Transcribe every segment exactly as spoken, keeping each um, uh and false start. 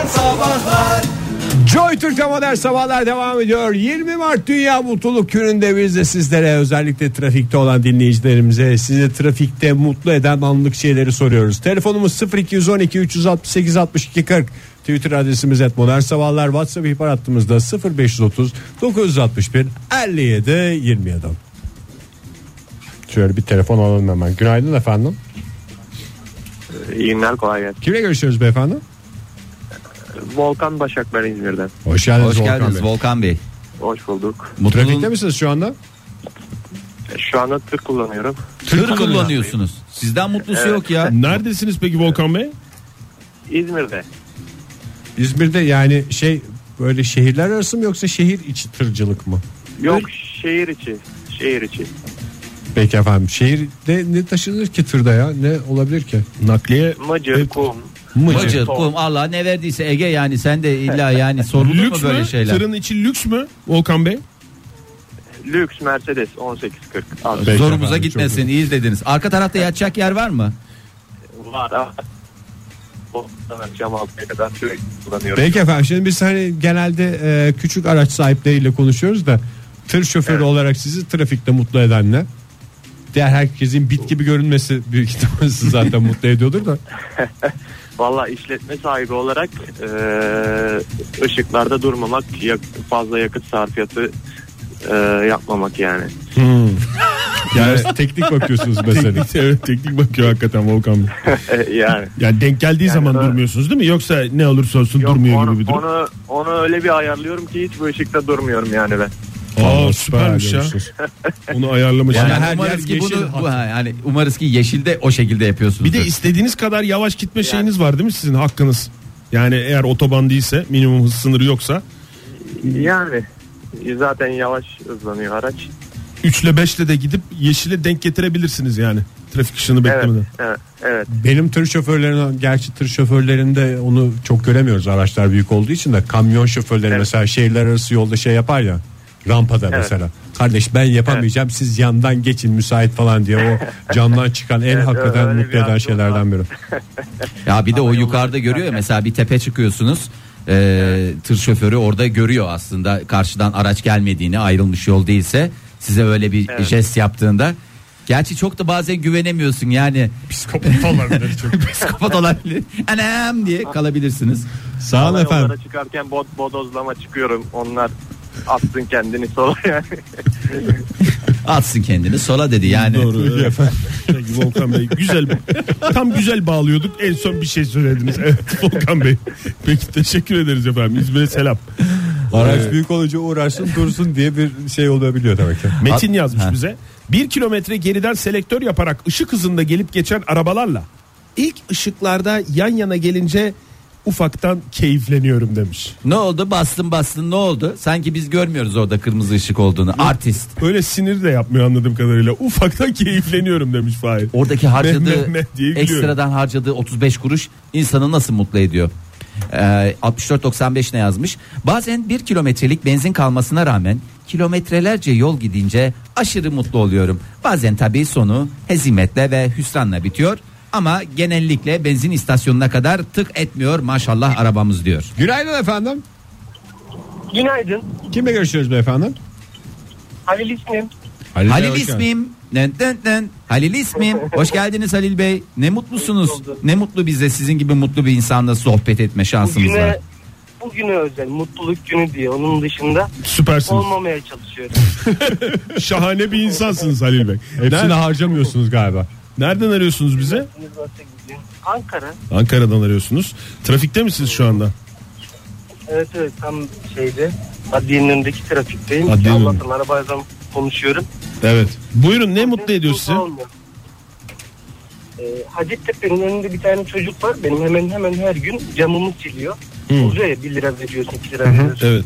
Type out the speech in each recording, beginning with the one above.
Sabahlar Joy Türk'te modern sabahlar devam ediyor. yirmi Mart Dünya Mutluluk Günü'nde biz de sizlere, özellikle trafikte olan dinleyicilerimize, sizi trafikte mutlu eden anlık şeyleri soruyoruz. Telefonumuz sıfır iki on iki üç altı sekiz altmış iki kırk. Twitter adresimiz et modern sabahlar. WhatsApp ihbar hattımızda sıfır beş otuz dokuz altmış bir elli yedi yirmi yedi. Şöyle bir telefon alalım hemen. Günaydın efendim. İyi günler, kolay gelsin. Kimle görüşüyoruz beyefendi? Volkan Başak, ben İzmir'den. Hoş geldiniz, Hoş Volkan, geldiniz Bey. Volkan Bey. Hoş bulduk. Mutluluğun... Trafikte misiniz şu anda? Şu anda tır kullanıyorum. Tır, tır kullanıyorsunuz. Sizden mutlusu Evet. yok ya. Neredesiniz peki Volkan Bey? İzmir'de. İzmir'de yani şey, böyle şehirler arası mı yoksa şehir içi tırcılık mı? Yok, şehir içi. Şehir içi. Peki efendim, şehirde ne taşınır ki tırda ya, ne olabilir ki? Nakliye Mıcır, kum. Mıcır, kum, Allah ne verdiyse Ege, yani sen de illa yani sorulur mu lüks böyle mü? şeyler? Tırın içi lüks mü Volkan Bey? Lüks Mercedes on sekiz kırk. Peki Zorumuza efendim, gitmesin, iyi dediniz. Arka tarafta yatacak yer var mı? Var ama cam altıya kadar sürekli kullanıyorum. Peki efendim, şimdi biz hani genelde e, küçük araç sahipleriyle konuşuyoruz da tır şoförü Evet. olarak sizi trafikte mutlu eden ne? Diğer herkesin bit gibi görünmesi büyük ihtimalle sizi zaten mutlu ediyordur da. Valla işletme sahibi olarak e, ışıklarda durmamak, yak, fazla yakıt sarfiyatı e, yapmamak yani. Hmm. Yani teknik bakıyorsunuz mesela. Teknik, evet, teknik bakıyor hakikaten Volkan Bey. yani. Yani denk geldiği Yani zaman öyle. durmuyorsunuz değil mi? Yoksa ne olursa olsun Yok, durmuyor onu, gibi bir durum. onu, onu öyle bir ayarlıyorum ki hiç bu ışıkta durmuyorum yani ben. Aa, süpermiş ya. Onu ayarlamış. Yani, Yani her umarız yer ki bunu yeşil bu, ha, yani umarız ki yeşilde o şekilde yapıyorsunuz. Bir de istediğiniz kadar yavaş gitme şeyiniz var değil mi sizin, hakkınız? Yani eğer otoban değilse, minimum hız sınırı yoksa. Yani zaten yavaş hızlanıyor araç. üç ile beş ile de gidip yeşile denk getirebilirsiniz yani. Trafik ışığını Evet, beklemeden. evet, evet. Benim tır şoförlerine, gerçi tır şoförlerinde onu çok göremiyoruz, araçlar büyük olduğu için de, kamyon şoförleri Evet. mesela şehirler arası yolda şey yapar ya, rampada Evet. mesela. Kardeş ben yapamayacağım, evet, siz yandan geçin müsait falan diye o camdan çıkan en Evet, hakikaten öyle mutlu bir eden aksiyon şeylerden biri. Ya bir de o Ama yukarıda yolda görüyor ya, çıkarken. mesela bir tepe çıkıyorsunuz. Ee, Evet. Tır şoförü orada görüyor aslında karşıdan araç gelmediğini, ayrılmış yol değilse size öyle bir Evet. jest yaptığında, gerçi çok da bazen güvenemiyorsun yani. Psikopat olabilir çok. Psikopat olabilir. Anam diye kalabilirsiniz. Sağ olun Hava efendim. yollara çıkarken bod, bodozlama çıkıyorum. Onlar atsın kendini sola yani. Atsın kendini sola dedi yani. Doğru efendim. Peki Volkan Bey, güzel, tam güzel bağlıyorduk, en son bir şey söylediniz. Evet Volkan Bey, peki teşekkür ederiz efendim, İzmir'e selam. Araç büyük olunca uğraşsın dursun diye bir şey olabiliyor demek ki. Metin yazmış Ha. bize, bir kilometre geriden selektör yaparak ışık hızında gelip geçen arabalarla ilk ışıklarda yan yana gelince ufaktan keyifleniyorum demiş. Ne oldu, bastın bastın ne oldu? Sanki biz görmüyoruz orada kırmızı ışık olduğunu. Artist. Öyle sinir de yapmıyor anladığım kadarıyla, ufaktan keyifleniyorum demiş Fahir. Oradaki Meh, harcadığı meh, meh diye gülüyorum. ekstradan harcadığı otuz beş kuruş insanı nasıl mutlu ediyor? Ee, altmış dört doksan beş ne yazmış? Bazen bir kilometrelik benzin kalmasına rağmen kilometrelerce yol gidince aşırı mutlu oluyorum. Bazen tabii sonu hezimetle ve hüsranla bitiyor. Ama genellikle benzin istasyonuna kadar tık etmiyor maşallah arabamız diyor. Günaydın efendim. Günaydın. Kimle görüşüyoruz beyefendi? Halil ismim. Halil, Bey, Halil hoş geldin. ismim. Dın dın dın. Halil ismim. Hoş geldiniz Halil Bey. Ne mutlusunuz. Ne mutlu bize, sizin gibi mutlu bir insanla sohbet etme şansımız var. Bugüne, bugüne özel mutluluk günü diye, onun dışında Süpersiniz. olmamaya çalışıyorum. Şahane bir insansınız Halil Bey. Hepsini Nereden, harcamıyorsunuz galiba. nereden arıyorsunuz bize? Ankara. Ankara'dan arıyorsunuz. Trafikte misiniz şu anda? Evet evet, tam şeyde adliyenin önündeki trafikteyim. Adliyenin Allah'tan arabayla konuşuyorum. Evet. Buyurun, ne mutlu ediyor sizi? Olmuyor. Ee, Hacettepe'nin önünde bir tane çocuk var. Benim hemen hemen her gün camımı siliyor. Hı. Oluyor ya, bir lira veriyorsun, iki lira veriyorsun. Evet.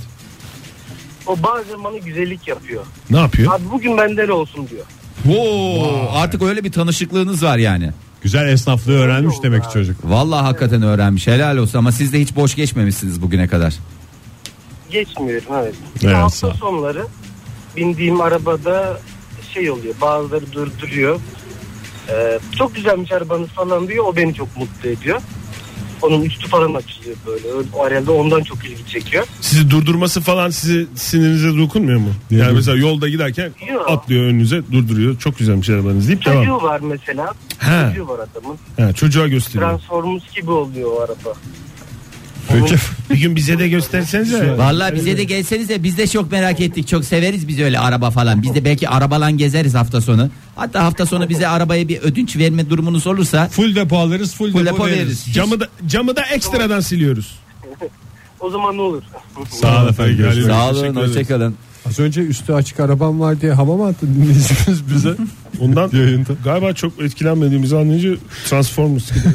O bazen bana güzellik yapıyor. Ne yapıyor? Abi bugün benden olsun diyor. Oo, artık öyle bir tanışıklığınız var yani. Güzel esnaflığı öğrenmiş demek ki çocuk. Vallahi hakikaten öğrenmiş, helal olsun, ama siz de hiç boş geçmemişsiniz bugüne kadar. Geçmiyorum, evet. Evet, Hafta sağ ol. sonları bindiğim arabada şey oluyor, bazıları durduruyor. Ee, çok güzelmiş arabanız falan diyor, o beni çok mutlu ediyor. Onun üstü falan açılıyor böyle. O herhalde ondan çok ilgi çekiyor. Sizi durdurması falan sizi sinirinize dokunmuyor mu? Yani mesela yolda giderken Yok. atlıyor önünüze, durduruyor. Çok güzelmiş arabanız deyip Çocuğu devam. var mesela. He. Çocuğu var adamın. Ha, çocuğa gösteriyor. Transformers gibi oluyor o araba. Peki. Bir gün bize de göstersenize. Vallahi bize de gelseniz de biz de çok merak ettik. Çok severiz biz öyle araba falan. Biz de belki arabalan gezeriz hafta sonu. Hatta hafta sonu bize arabaya bir ödünç verme durumunuz olursa Full depo alırız, full, full depo, depo veririz. veririz. Camı da, camı da ekstradan siliyoruz. O zaman ne olur? Sağ olun efendim. görüşmek üzere. Sağ olun, Teşekkür ederiz. hoşçakalın. Az önce üstü açık arabam var diye hava mı attı dinleyicimiz bize? Ondan Yayında. galiba çok etkilenmediğimizi anlayınca Transformers gibi.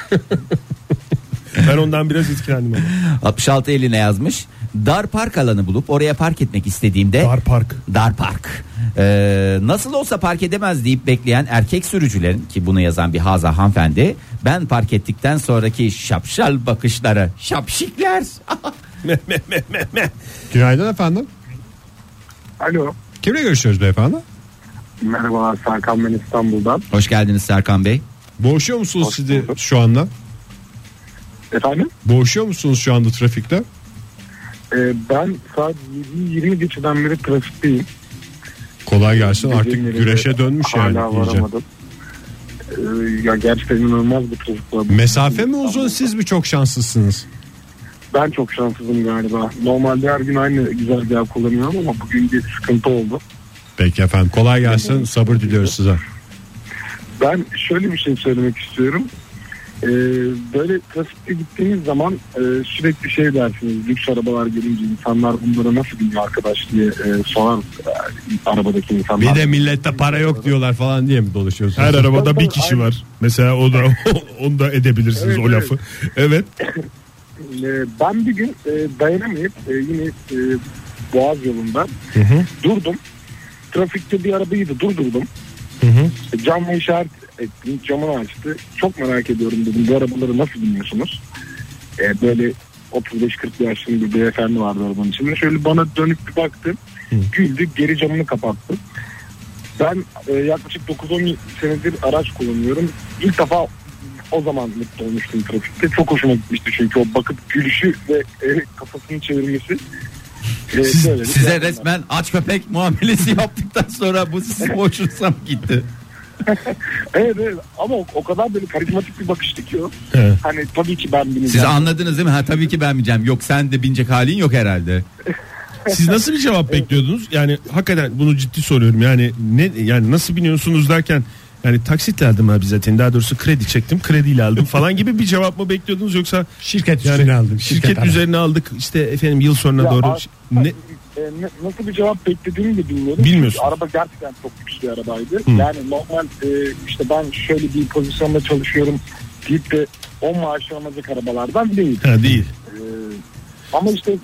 Ben ondan biraz etkilendim ama. altmış altı eline yazmış. Dar park alanı bulup oraya park etmek istediğimde Dar park. Dar park. Ee, nasıl olsa park edemez deyip bekleyen erkek sürücülerin, ki bunu yazan bir Haza hanımefendi, ben park ettikten sonraki şapşal bakışları, şapşikler. Meh, meh, meh, meh, meh. Günaydın efendim. Alo. Kimle görüşüyoruz beyefendi? Merhabalar, Serkan ben İstanbul'dan. Hoş geldiniz Serkan Bey. Boğuşuyor musunuz Hoş siz bulduk. şu anda? Efendim? Boğuşuyor musunuz şu anda trafikte? Ee, ben saat yirmi geçeden beri trafikteyim. Kolay gelsin, artık Geceleri güreşe dönmüş yani hala iyice. varamadım. Ee, ya gerçekten inanılmaz bir trafik var. Mesafe mi uzun, siz mi çok şanslısınız? Ben çok şanssızım galiba. Normalde her gün aynı güzergahı kullanıyorum ama bugün bir sıkıntı oldu. Peki efendim, kolay gelsin, sabır diliyoruz size. Ben şöyle bir şey söylemek istiyorum. Ee, böyle trafikte gittiğiniz zaman e, sürekli şey dersiniz, lüks arabalar gelince insanlar bunlara nasıl biniyor arkadaş diye e, sorar e, arabadaki insanlar. Bir de millette para yok diyorlar falan diye mi dolaşıyorsunuz? Her arabada Tabii, bir kişi aynen. var. Mesela o da onu da edebilirsiniz Evet, o lafı. Evet. Ee, ben bir gün e, dayanamayıp e, yine e, Boğaz yolunda Hı hı. durdum. Trafikte bir arabayı da durdurdum. Hı hı. İşte camla işaret ettim. Camını açtı. Çok merak ediyorum dedim. Bu arabaları nasıl biniyorsunuz? Ee, böyle otuz beş kırk yaşında bir beyefendi vardı arabanın içinde. Şöyle bana dönüp bir baktı. Hı. Güldü. Geri camını kapattı. Ben e, yaklaşık dokuz on senedir araç kullanıyorum. İlk defa o zaman mutlu olmuştum trafikte. Çok hoşuma gitmişti çünkü o bakıp gülüşü ve e, kafasını çevirmesi. E, Siz, böyle bir size şey. resmen aç köpek muamelesi yaptıktan sonra bu sizin hoşunuza mı gitti? Evet evet ama o, o kadar böyle karizmatik bir bakıştı ki o. Evet. Hani tabii ki ben bineceğim. Siz anladınız değil mi? Ha tabii ki ben bineceğim. Yok sen de binecek halin yok herhalde. Siz nasıl bir cevap bekliyordunuz? Yani hakikaten bunu ciddi soruyorum. Yani ne yani nasıl biniyorsunuz derken yani taksitle aldım abi zaten. Daha doğrusu kredi çektim. Krediyle aldım falan gibi bir cevap mı bekliyordunuz yoksa Şirket yani üstüne aldım. şirket, Şirket üzerine aldık işte efendim yıl sonuna Ya doğru aslında, ne e, ne- nasıl bir cevap beklediğimi de bilmiyorum. Bilmiyorsun. Çünkü araba gerçekten çok lüks bir arabaydı. Hı. Yani normal e, işte ben şöyle bir pozisyonda çalışıyorum deyip de on maaş alacak arabalardan değil. ha, değil. E, ama işte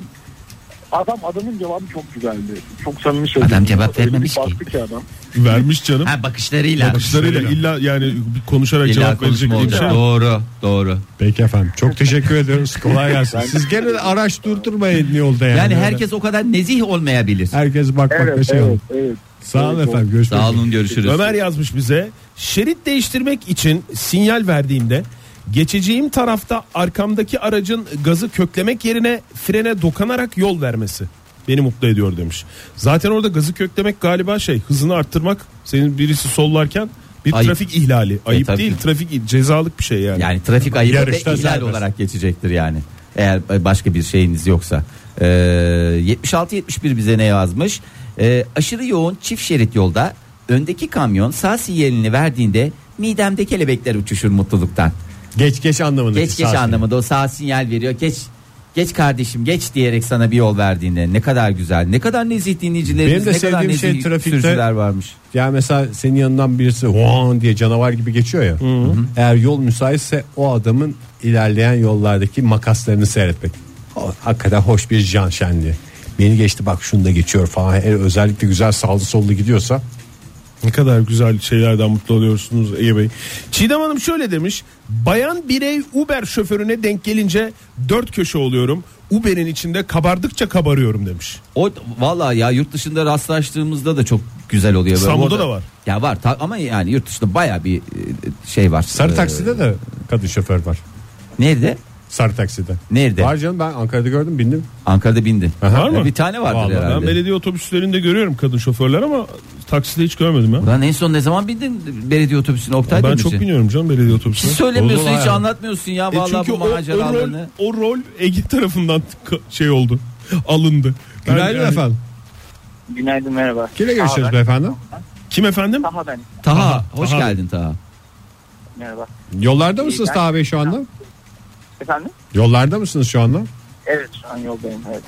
adam adamın cevabı çok güzeldi. Çok samimi söylüyorum. Adam cevap Öyle bir vermemiş ki. baktı ki adam. Vermiş canım. Ha bakışlarıyla. Bakışlarıyla illa yani konuşarak İlla cevap verecek konuşma diye bir olacak. şey yok. Doğru, doğru. Peki efendim, çok teşekkür ediyoruz, kolay gelsin. Siz gene de araç durdurmayın yolda yani. Yani Öyle. herkes o kadar nezih olmayabilir. Herkes bak bak Evet şey evet olun. evet. Sağ olun Evet, efendim, görüşmek Sağ üzere. olun, görüşürüz. Ömer yazmış bize. Şerit değiştirmek için sinyal verdiğimde geçeceğim tarafta arkamdaki aracın gazı köklemek yerine frene dokunarak yol vermesi beni mutlu ediyor demiş. Zaten orada gazı köklemek galiba şey, hızını arttırmak, senin birisi sollarken bir Ayıp. trafik ihlali. Ayıp tabii değil, ki. trafik cezalık bir şey yani. Yani trafik ayıbı ve Yarışta ihlal serbest. olarak geçecektir yani. Eğer başka bir şeyiniz yoksa. Ee, yetmiş altı yetmiş bir bize ne yazmış? Ee, aşırı yoğun çift şerit yolda öndeki kamyon sağ sinyalini verdiğinde midemde kelebekler uçuşur mutluluktan. Geç geç anlamında. Geç geç anlamında o sağ sinyal veriyor. Geç geç kardeşim geç diyerek sana bir yol verdiğinde ne kadar güzel. Ne kadar nezih dinleyicilerimiz, Benim de ne kadar sevdiğim nezih şey trafikte- sürücüler varmış. Yani mesela senin yanından birisi "Vaan" diye canavar gibi geçiyor ya. Eğer yol müsaitse o adamın ilerleyen yollardaki makaslarını seyretmek. O, hakikaten hoş bir can şenliği. Beni geçti bak şunu da geçiyor falan. Eğer özellikle güzel sağlı sollu gidiyorsa. Ne kadar güzel şeylerden mutlu oluyorsunuz Ege Bey. Çiğdem Hanım şöyle demiş. Bayan birey Uber şoförüne denk gelince dört köşe oluyorum. Uber'in içinde kabardıkça kabarıyorum demiş. O vallahi ya yurt dışında rastlaştığımızda da çok güzel oluyor. Böyle İstanbul'da orada- da var. Ya var ta- ama yani yurt dışında baya bir e, şey var. Sarı Ee, takside de kadın şoför var. Nerede? Sarı takside. Nerede? Var canım, ben Ankara'da gördüm, bindim. Ankara'da bindin. Var mı? Bir tane vardır Vallahi herhalde. ben belediye otobüslerinde görüyorum kadın şoförler ama takside hiç görmedim ya. Ulan en son ne zaman bindin belediye otobüsüne Oktay Ben Demirci? çok biniyorum canım belediye otobüsüne. Hiç söylemiyorsun, Dolu hiç ya. anlatmıyorsun ya E vallahi çünkü bu o, o, rol, maceralarını. o rol Ege tarafından şey oldu. Alındı. Ben Günaydın yani- efendim. Günaydın, merhaba. Kimle görüşüyoruz Taha beyefendi? Kim efendim? ben. Taha ben. Taha, Taha, hoş Taha. geldin Taha. Merhaba. Yollarda mısınız Ben- Taha Bey şu anda? Efendim? Yollarda mısınız şu anda? Evet, şu an yoldayım, evet.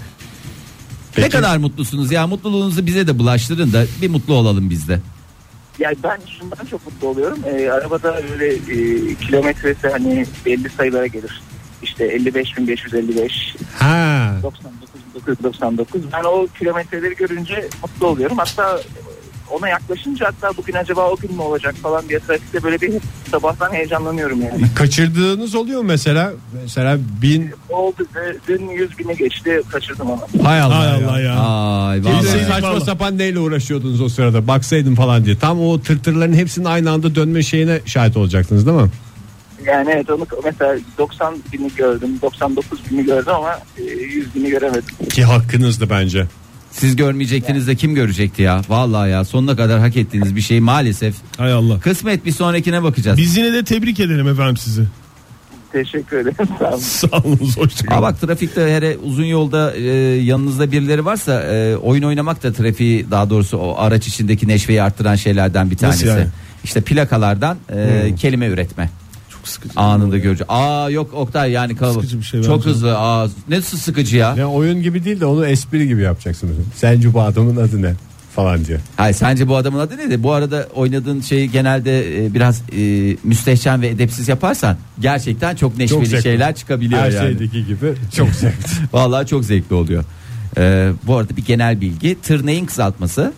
Ne kadar mutlusunuz ya, mutluluğunuzu bize de bulaştırın da bir mutlu olalım biz de. Yani ben şundan çok mutlu oluyorum. Ee, arabada böyle e, kilometresi hani belli sayılara gelir. İşte elli beş bin beş yüz elli beş, Ha. doksan dokuz bin dokuz yüz doksan dokuz. Ben o kilometreleri görünce mutlu oluyorum. Hatta ona yaklaşınca, hatta bugün acaba o gün mü olacak falan diye trafikte böyle bir sabahtan heyecanlanıyorum yani. Kaçırdığınız oluyor mu mesela? Mesela bin. Oldu, dün yüz bini geçti, kaçırdım onu. Hay Allah, Hay ya. Allah ya. Ay Siz vallahi. saçma Vallahi. sapan neyle uğraşıyordunuz o sırada? Baksaydım falan diye. Tam o tırtırların hepsinin aynı anda dönme şeyine şahit olacaktınız değil mi? Yani evet, onu mesela doksan bini gördüm, doksan dokuz bini gördüm ama yüz bini göremedim. Ki hakkınızdı bence. Siz görmeyecektiniz de kim görecekti ya? Vallahi ya, sonuna kadar hak ettiğiniz bir şey maalesef. Hay Allah. Kısmet, bir sonrakine bakacağız. Biz yine de tebrik edelim efendim sizi. Teşekkür ederim. Sağ olun. Sağ olun, hoşçakalın. Aa bak, trafikte hele uzun yolda e, yanınızda birileri varsa e, oyun oynamak da trafiği, daha doğrusu o araç içindeki neşveyi arttıran şeylerden bir tanesi. Nasıl yani? İşte plakalardan e, Hmm. kelime üretme. Çok sıkıcı. Anında görece. Aa yok Oktay, yani kalabalık. Sıkıcı bir şey Çok bence. hızlı. Aa ne sıkıcı ya. Yani oyun gibi değil de onu espri gibi yapacaksınız. Sence bu adamın adı ne? Falan diye. Hayır, sence bu adamın adı ne? Bu arada oynadığın şeyi genelde e, biraz e, müstehcen ve edepsiz yaparsan gerçekten çok neşveli Çok zevkli. şeyler çıkabiliyor Her yani. şeydeki gibi çok zevkli. Vallahi çok zevkli oluyor. Ee, bu arada bir genel bilgi. Tır neyin kısaltması?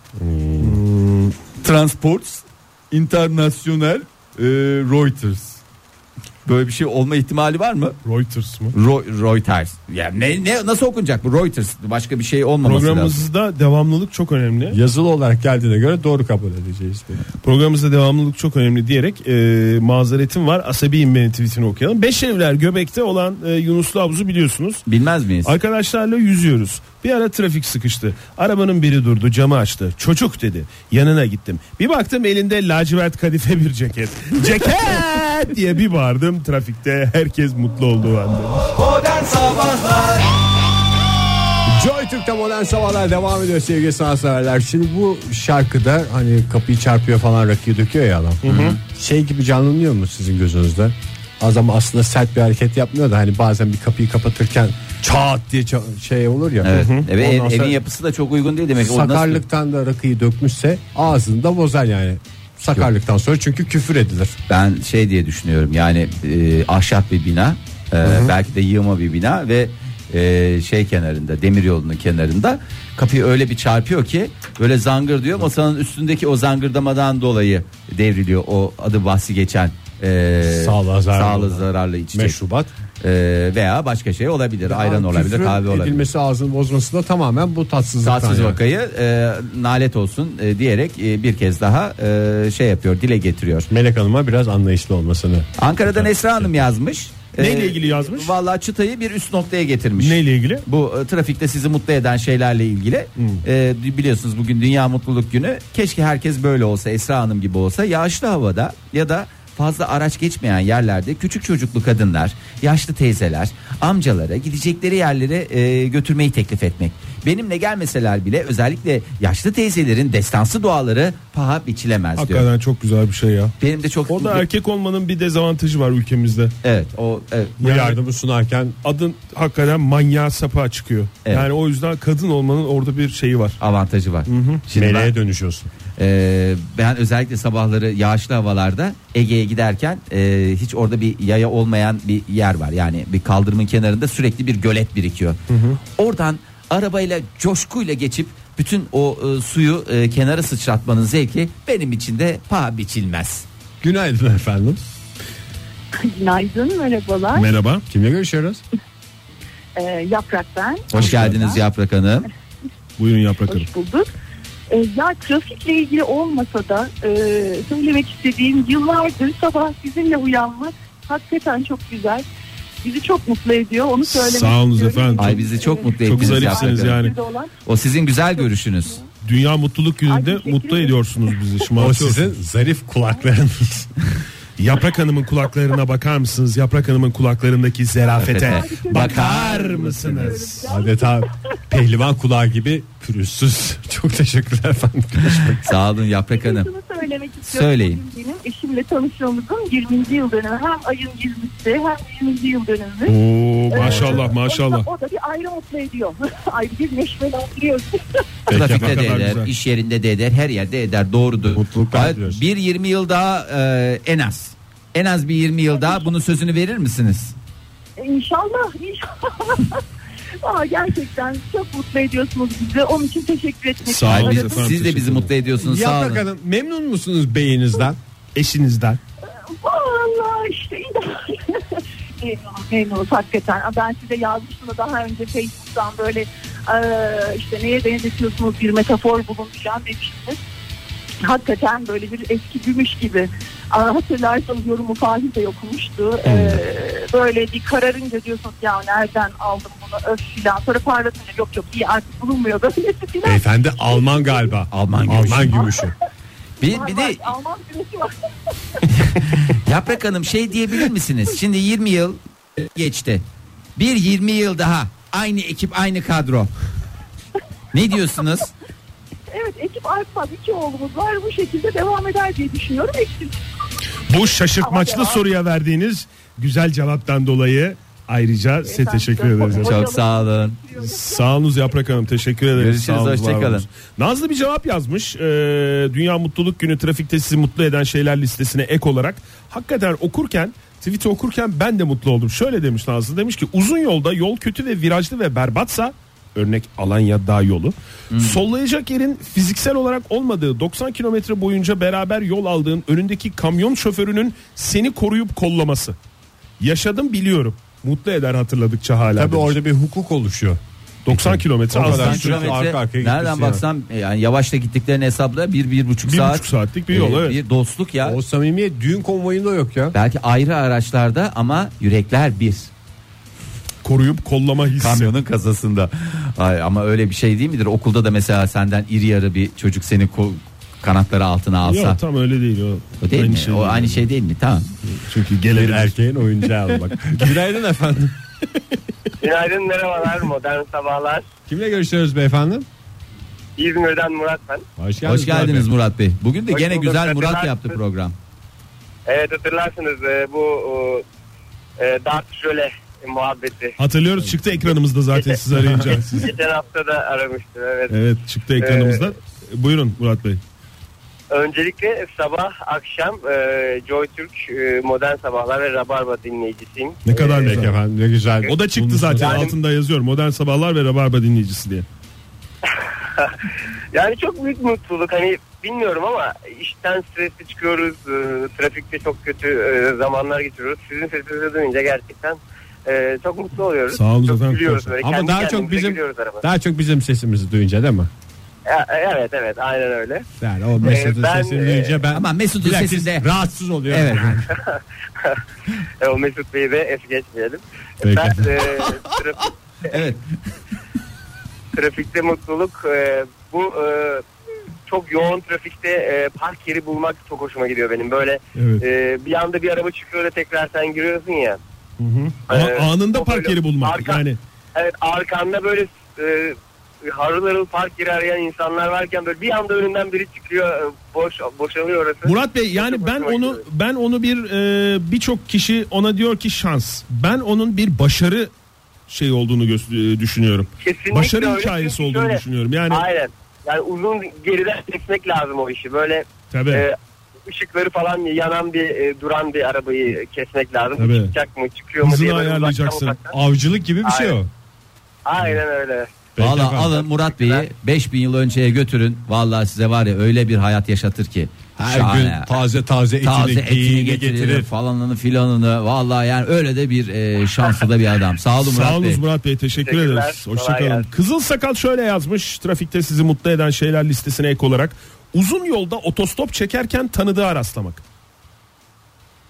Hmm. Transports International e, Reuters. Böyle bir şey olma ihtimali var mı? Reuters mı? Ro- Reuters. Yani ne, ne nasıl okunacak bu Reuters? Başka bir şey olmaması lazım. Programımızda devamlılık çok önemli. Yazılı olarak geldiğine göre doğru kabul edeceğiz. Programımızda devamlılık çok önemli diyerek e, mazeretim var. Asabiyim benim tweetini okuyalım. Beşevler Göbek'te olan e, Yunuslu havuzu biliyorsunuz. Bilmez miyiz? Arkadaşlarla yüzüyoruz. Bir ara trafik sıkıştı. Arabanın biri durdu, camı açtı. Çocuk dedi. Yanına gittim. Bir baktım elinde lacivert kadife bir ceket. Ceket diye bir bağırdım. Trafikte herkes mutlu oldu bende. Modern Sabahlar. Joy Türk'te modern sabahlar devam ediyor sevgili sanatseverler. Şimdi bu şarkıda hani kapıyı çarpıyor falan, rakıyı döküyor ya adam. Hı hı. Şey gibi canlanıyor mu sizin gözünüzde? Adam aslında sert bir hareket yapmıyor da hani bazen bir kapıyı kapatırken çat diye ça- şey olur ya. Evet. Hı hı. Evet, ev- Ondan sonra evin yapısı da çok uygun değil demek. O nasıl- sakarlıktan da rakıyı dökmüşse ağzını da bozar yani. Sakarlıktan sonra, çünkü küfür edilir. Ben şey diye düşünüyorum, yani e, ahşap bir bina, e, belki de yığma bir bina ve e, şey kenarında, demir yolunun kenarında kapıyı öyle bir çarpıyor ki böyle zangır diyor, masanın üstündeki o zangırdamadan dolayı devriliyor o adı bahsi geçen e, Sağlığa zararlı sağlığı olan zararlı içecek. Meşrubat. E, veya başka şey olabilir, ayran olabilir, Küfrün kahve olabilir. edilmesi, ağzını bozması da tamamen bu tatsızlıktan. Tatsız yani. vakayı e, nalet olsun e, diyerek e, bir kez daha e, şey yapıyor, dile getiriyor. Melek Hanım'a biraz anlayışlı olmasını. Ankara'dan Esra Hanım yazmış. Neyle Ee, ilgili yazmış? Vallahi çıtayı bir üst noktaya getirmiş. Neyle ilgili? Bu e, trafikte sizi mutlu eden şeylerle ilgili. Ee, biliyorsunuz bugün Dünya Mutluluk Günü. Keşke herkes böyle olsa, Esra Hanım gibi olsa. Yağışlı havada ya da fazla araç geçmeyen yerlerde küçük çocuklu kadınlar, yaşlı teyzeler, amcalara gidecekleri yerlere e, götürmeyi teklif etmek. Benimle gelmeseler bile özellikle yaşlı teyzelerin destansı duaları paha biçilemez diyor. Hakikaten çok güzel bir şey ya. Benim de çok... Orada erkek olmanın bir dezavantajı var ülkemizde. Evet, o evet. Bu yardımı sunarken Adın hakikaten manyağa sapığa çıkıyor. Evet. Yani o yüzden kadın olmanın orada bir şeyi var. avantajı var. Şimdi ben- meleğe dönüşüyorsun. Ee, ben özellikle sabahları yağışlı havalarda Ege'ye giderken e, hiç orada bir yaya olmayan bir yer var. Yani bir kaldırımın kenarında sürekli bir gölet birikiyor. Oradan arabayla coşkuyla geçip bütün o e, suyu e, kenara sıçratmanın zevki benim için de paha biçilmez. Günaydın efendim. Günaydın, merhabalar. Merhaba. Kimle görüşüyoruz? Ee, Yaprak ben. Hoş geldiniz Yaprak Hanım. Buyurun Yaprak Hanım. Hoş bulduk. Ee, ya trafikle ilgili olmasa da e, söylemek istediğim, yıllardır sabah sizinle uyanmak hakikaten çok güzel. bizi çok mutlu ediyor. Onu söylemek Sağ olun istiyorum. efendim. Ay bizi çok mutlu Çok ettiniz. zarifsiniz Yaprak Hanım. yani. Olan- O sizin güzel görüşünüz. Dünya Mutluluk Ay, Günü'nde teşekkür mutlu ederim. ediyorsunuz bizi. O Şımartıyorsunuz. sizin zarif kulaklarınız. Yaprak Hanım'ın kulaklarına bakar mısınız? Yaprak Hanım'ın kulaklarındaki zerafete Zerafete. bakar mısınız? Adeta pehlivan kulağı gibi pürüzsüz. Çok teşekkürler efendim. Sağ olun Yaprak Hanım. Şunu söylemek istiyorum. Söyleyin. Bugün benim eşimle tanışmamızın yirminci yıl dönümü. Hem ayın yirmisi hem yirminci yıl dönümü. Oo maşallah Ee, maşallah. O da, o da bir ayrı mutlu ediyor. Ayrı bir neşvelendiriyor. Peki, Trafikte ne de kadar eder, güzel. iş yerinde de eder, her yerde eder. Doğrudur. Mutluluklar Hayır, diliyoruz. bir yirmi yıl daha e, en az. En az bir yirmi yıl daha bunun sözünü verir misiniz? İnşallah, inşallah. Aa, gerçekten çok mutlu ediyorsunuz bizi. Onun için teşekkür etmek Sağ olun Ay, biz- istiyorum. efendim, siz de bizi teşekkür mutlu ediyorsunuz. Sağ Yaprak olun. Hanım memnun musunuz beyinizden? Eşinizden. Vallahi işte memnunum, memnunuz hakikaten. Ben size yazmıştım da daha önce Facebook'tan böyle eee, işte neye benzetiyorsunuz bir metafor bulun falan demiştiniz. Hakikaten böyle bir eski gümüş gibi. Aa, hatırlarsanız yorumu Fahir de okumuştu. Ee, böyle bir kararınca diyorsunuz ya nereden aldım bunu öf filan. Sonra parlatınca yok yok iyi artık bulunmuyor böyle filan. Beyefendi Alman galiba. Alman gümüşü. Alman gümüşü. Bir, Var, bir var, de Alman gümüşü var. Yaprak Hanım şey diyebilir misiniz? Şimdi yirmi yıl geçti. Bir yirmi yıl daha aynı ekip aynı kadro. Ne diyorsunuz? Evet ekip artmaz. İki oğlumuz var. Bu şekilde devam eder diye düşünüyorum. Eksik. Bu şaşırtmaçlı Ama devam. soruya verdiğiniz güzel cevaptan dolayı ayrıca size Efendim, teşekkür ederiz. çok- efendim. Çok sağ olun. Sağ olunuz Yaprak Hanım, teşekkür ederiz. Görüşürüz, Sağ olunuz, hoşça var kalın. olunuz. Nazlı bir cevap yazmış. Ee, Dünya Mutluluk Günü trafikte sizi mutlu eden şeyler listesine ek olarak. Hakikaten okurken, tweet'i okurken ben de mutlu oldum. Şöyle demiş Nazlı, demiş ki uzun yolda yol kötü ve virajlı ve berbatsa, örnek Alanya Dağ yolu, Hmm. sollayacak yerin fiziksel olarak olmadığı doksan kilometre boyunca beraber yol aldığın önündeki kamyon şoförünün seni koruyup kollaması. Yaşadım biliyorum. Mutlu eder hatırladıkça hala. Tabii demiş. orada bir hukuk oluşuyor. doksan kilometre O az kadar daha sürüyor. sürüyor. Arka Kilometre arkaya nereden gitmesi baksam yani yavaşta gittiklerini hesapla bir bir buçuk Bir saat. buçuk saatlik bir yol, Ee, evet. Bir dostluk ya. O samimiyet düğün konvoyunda yok ya. Belki ayrı araçlarda ama yürekler bir. Koruyup kollama hissi. Kamyonun kasasında. Ay, ama öyle bir şey değil midir? Okulda da mesela senden iri yarı bir çocuk seni ko- kanatları altına alsa. Yok tam öyle değil o. O değil Aynı mi? şey o değil. aynı şey değil mi? Tamam. Çünkü Bir gelebilir. erkeğin oyuncağı bak. Günaydın efendim. Günaydın, merhabalar, modern sabahlar. Kimle görüşüyoruz beyefendi? İzmir'den Murat ben. Hoş geldiniz. Hoş geldiniz Murat Murat Bey. Bugün de Hoş gene bulduk. güzel Murat Hatırlarsınız. yaptı program. Evet, hatırlarsınız e, bu e, Dart Jöle muhabbeti. Hatırlıyoruz, çıktı ekranımızda zaten siz arayınca. Geçen hafta da aramıştım, evet. Evet, çıktı ekranımızda. Buyurun Murat Bey. Öncelikle sabah akşam e, Joy Türk e, Modern Sabahlar ve Rabarba dinleyicisiyim. Ne kadar E, Peki güzel. efendim ne güzel. O da çıktı zaten, Yani- altında yazıyor. Modern Sabahlar ve Rabarba dinleyicisi diye. Yani çok büyük mutluluk, hani bilmiyorum ama işten stresli çıkıyoruz, e, trafikte çok kötü e, zamanlar geçiriyoruz. Sizin sesinizi duyunca gerçekten e, çok mutlu oluyoruz. Sağ olun çok efendim, gülüyoruz çok böyle. Ama Kendi daha çok kendimize bizim gülüyoruz arabada. daha çok bizim sesimizi duyunca değil mi? E, evet evet aynen öyle. Yani o Mesut'un ben, sesini e, duyunca ben Ama Mesut'un bilakis sesinde- rahatsız oluyorum. Evet. E, o Mesut Bey'i de es geçmeyelim. Peki. Ben e, trafik, Evet. trafikte mutluluk, e, bu e, çok yoğun trafikte e, park yeri bulmak çok hoşuma gidiyor benim. Böyle Evet. e, bir anda bir araba çıkıyor da tekrar sen giriyorsun ya. Hı hı. A- Ee, anında o park böyle yeri bulmak. arka- Yani Evet, arkanda böyle e, harıl harıl park yeri arayan insanlar varken böyle bir anda önünden biri çıkıyor, e, boş boşalıyor orası. Murat Bey, yani Çok ben hoşuma onu gidiyor. ben onu bir e, birçok kişi ona diyor ki şans. Ben onun bir başarı şey olduğunu gö- e, düşünüyorum. Kesinlikle Başarı öyle. hikayesi Çünkü olduğunu şöyle- düşünüyorum. Yani Aynen. Yani uzun geriden kesmek lazım o işi. Böyle tabii. e, ışıkları falan yanan bir e, duran bir arabayı kesmek lazım. Tabii. Çıkacak mı, çıkıyor mu Hızını diye böyle ayarlayacaksın. uzaktan uzaktan. Avcılık gibi bir şey o. Aynen öyle. Peki Valla efendim. alın Murat Bey'i beş bin yıl önceye götürün. Valla size var ya öyle bir hayat yaşatır ki. Her Şahane. gün taze taze etini, Taze etini geyiğini getirir, getirir. falanını filanını. Valla yani öyle de bir e, şanslı da bir adam. Sağ olun Murat Sağ olun Bey. Murat Bey, teşekkür Teşekkürler, ederiz. kolay Hoşçakalın. gelsin. Kızıl Sakal şöyle yazmış trafikte sizi mutlu eden şeyler listesine ek olarak: uzun yolda otostop çekerken tanıdığa rastlamak.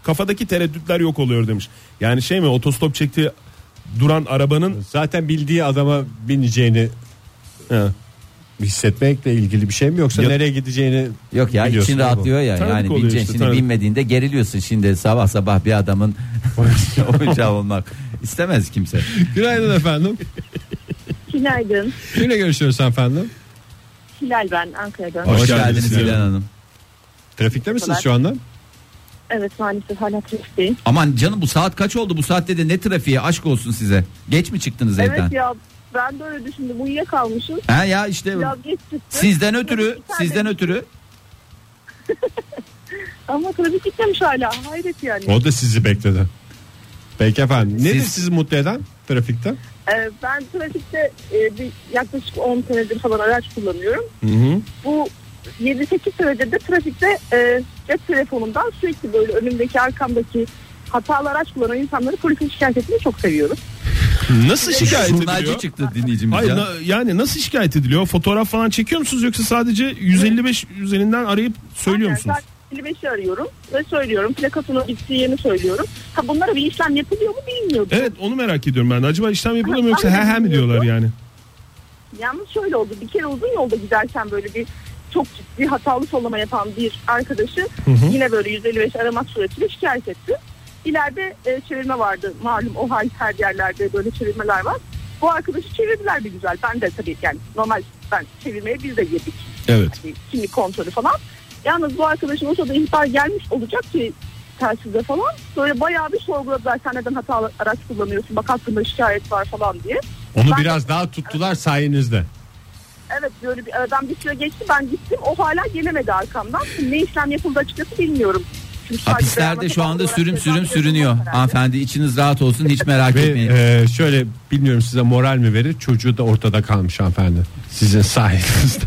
Kafadaki tereddütler yok oluyor demiş. Yani şey mi, otostop çektiği duran arabanın zaten bildiği adama bineceğini he. hissetmekle ilgili bir şey mi, yoksa Ya- nereye gideceğini Yok ya, biliyorsun için rahatlıyor ya. Tanıdık Yani oluyor bineceksin işte, şimdi, tanıdık. binmediğinde geriliyorsun. Şimdi sabah sabah bir adamın oyuncağı olmak istemez kimse. Günaydın efendim. Günaydın. Kimle görüşüyoruz efendim? Hilal ben Ankara'dan. Hoş Hoş, geldiniz geldiniz Hilal Hilal Hanım. Trafikte misiniz Kolay. şu anda? Evet, maalesef hala trafikteyim. Aman canım, bu saat kaç oldu? Bu saatte de ne trafiği, aşk olsun size. Geç mi çıktınız evden? Evet ya, ben de öyle düşündüm. Uyuyakalmışım. Ha ya işte Biraz geç çıktım. sizden ötürü, Trafik bir tane- sizden ötürü. Ama trafik gitmemiş hala. Hayret yani. O da sizi bekledi. Peki efendim. Nedir Siz- sizi mutlu eden trafikte? Ee, ben trafikte e, bir, yaklaşık on senedir falan araç kullanıyorum. Hı hı. Bu yedi sekiz senedir de trafikte e, cep telefonundan sürekli böyle önümdeki arkamdaki hatalı araç kullanan insanları polise şikayet etmeyi çok seviyorum. Nasıl şikayet Jurnalci ediliyor? çıktı dinleyicimiz Hayır, ya. na- yani nasıl şikayet ediliyor? Fotoğraf falan çekiyor musunuz, yoksa sadece yüz elli beş üzerinden arayıp söylüyor Aynen, musunuz? ben elli beşi arıyorum ve söylüyorum. Plakasının gittiği yerini söylüyorum. Ha, bunlara bir işlem yapılıyor mu bilmiyordum. Evet, onu merak ediyorum ben de. Acaba işlem yapılıyor mu, yoksa Ben de he he mi bilmiyorum. diyorlar yani? Yalnız şöyle oldu. Bir kere uzun yolda giderken böyle bir çok ciddi hatalı sollama yapan bir arkadaşı Hı hı. yine böyle yüz elli beş aramak suretiyle şikayet etti. İleride e, çevirme vardı. Malum o hal her yerlerde böyle çevirmeler var. Bu arkadaşı çevirdiler bir güzel. Ben de tabii yani normal ben çevirmeye biz de girdik. Evet. Yani kimlik kontrolü falan. Yalnız bu arkadaşın o sırada ihbar gelmiş olacak ki telsizde falan. Böyle bayağı bir sorguladılar. Sen neden hatalı araç kullanıyorsun? Bak hakkında şikayet var falan diye. Onu Ben- biraz daha tuttular sayenizde. Evet, böyle bir aradan bir süre geçti, ben gittim, o hala gelemedi arkamdan. Şimdi ne işlem yapıldı açıkçası bilmiyorum. Çünkü sadece Hapislerde beyanat şu anda olarak sürüm ceza sürüm yazılmaz sürünüyor. herhalde. Hanımefendi, içiniz rahat olsun, hiç merak Ve etmeyin. e, şöyle, bilmiyorum size moral mi verir, çocuğu da ortada kalmış hanımefendi. Sizin sayenizde.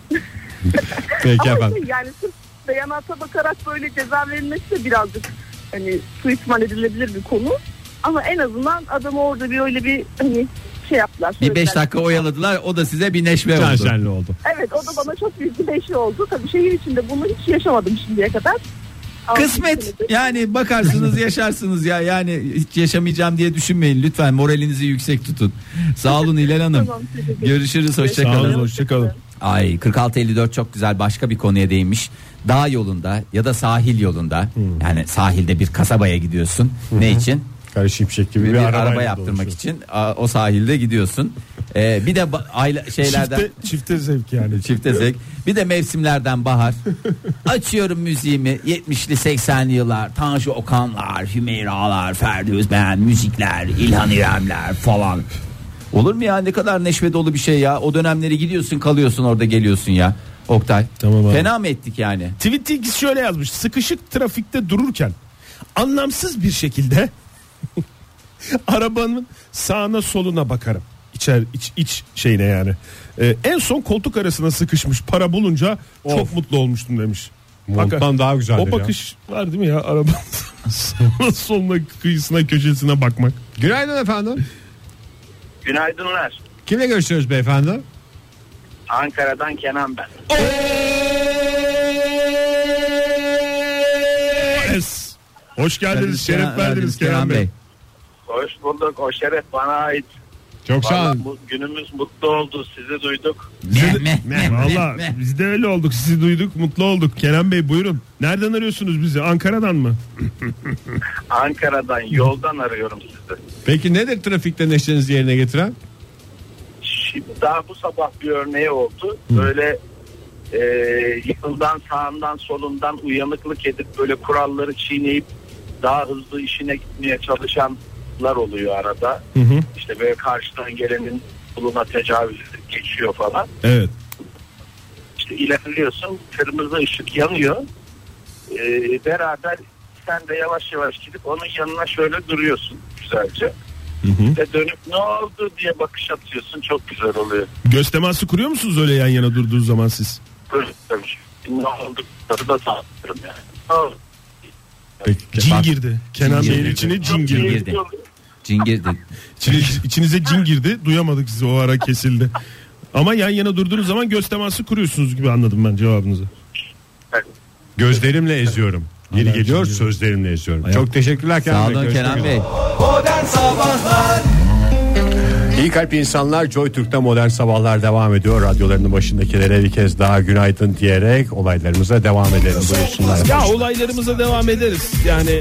Peki Ama efendim. işte yani sırf beyanata bakarak böyle ceza verilmesi de birazcık hani suistimal edilebilir bir konu. Ama en azından adamı orada bir öyle bir hani şey yaptılar. Bir beş söylediler. dakika oyaladılar, o da size bir neşve Can oldu. şenli oldu. Evet, o da bana çok büyük bir neşe oldu. Tabii şehir içinde bunu hiç yaşamadım şimdiye kadar. Kısmet yani, bakarsınız yaşarsınız ya, yani hiç yaşamayacağım diye düşünmeyin lütfen, moralinizi yüksek tutun. Sağ olun Hilal Hanım. Tamam, teşekkür ederim. Görüşürüz, Sağ olun, hoşçakalın. hoşçakalın. Ay, kırk altı elli dört çok güzel başka bir konuya değinmiş. Dağ yolunda ya da sahil yolunda, yani sahilde bir kasabaya gidiyorsun. Ne için? Kara Şimşek gibi Bir, bir, bir arabayla araba yaptırmak dolaşıyorsun. için a, o sahilde gidiyorsun. Ee, bir de ba- ayla, şeylerden Çifte, çifte zevk yani. çifte zevk. Bir de mevsimlerden bahar. Açıyorum müziğimi, yetmişli seksenli yıllar, Tanju Okanlar, Hümeyralar, Ferdi Özben müzikler, İlhan İremler falan. Olur mu ya, ne kadar neşve dolu bir şey ya. O dönemleri gidiyorsun, kalıyorsun orada, geliyorsun ya. Oktay. Tamam abi. Fena mı ettik yani? Tweet'te şöyle yazmış: sıkışık trafikte dururken anlamsız bir şekilde arabanın sağına soluna bakarım. İçer iç, iç şeyine yani. Ee, en son koltuk arasına sıkışmış para bulunca çok Of. mutlu olmuştum demiş. Monttan Bak- daha güzeldir O ya. bakış var değil mi ya, arabanın sağına soluna, kıyısına, köşesine bakmak. Günaydın efendim. Günaydınlar. Kimle görüşüyoruz beyefendi? Ankara'dan Kenan ben. Es. Hoş geldiniz, şeref verdiniz Kenan Bey. Hoş bulduk. O şeref bana ait. Çok sağ Vallahi olun. bu günümüz mutlu oldu. Sizi duyduk. Meh, meh, meh, Valla meh. biz de öyle olduk, sizi duyduk, mutlu olduk. Kenan Bey buyurun. Nereden arıyorsunuz bizi? Ankara'dan mı? Ankara'dan, yoldan arıyorum sizi. Peki nedir trafikte neşenizi yerine getiren? Şimdi daha bu sabah bir örneği oldu. Böyle e, yıldan, sağından, solundan uyanıklık edip böyle kuralları çiğneyip daha hızlı işine gitmeye çalışanlar oluyor arada. Hı hı. İşte böyle karşıdan gelenin yoluna tecavüz edip geçiyor falan. Evet. İşte ilerliyorsun, kırmızı ışık yanıyor. Ee, beraber sen de yavaş yavaş gidip onun yanına şöyle duruyorsun güzelce. Hı hı. Ve dönüp ne oldu diye bakış atıyorsun, çok güzel oluyor. Göz teması kuruyor musunuz öyle yan yana durduğunuz zaman siz? Böyle tabii. Ne oldu? Da sağlıyorum yani. Ne oldu? Peki, Cin bak- girdi. Kenan Cin Bey'in girdi. içine cin Çok girdi. iyi girdi. oluyor. Cin girdi. İçine- İçinize cin girdi. Duyamadık sizi, o ara kesildi. Ama yan yana durduğunuz zaman göz teması kuruyorsunuz gibi anladım ben cevabınızı. Evet. Gözlerimle eziyorum. Geri geliyor, sözlerimle yazıyorum. Ayak. Çok teşekkürler Kenan Sağ Bey. olun Görüşmek Kenan üzere. Bey. Modern Sabahlar. İyi kalp insanlar, Joy Türk'te modern sabahlar devam ediyor. Radyolarının başındakilere bir kez daha günaydın diyerek olaylarımıza devam edelim. Buyursunlar. Ya olaylarımıza devam ederiz. Yani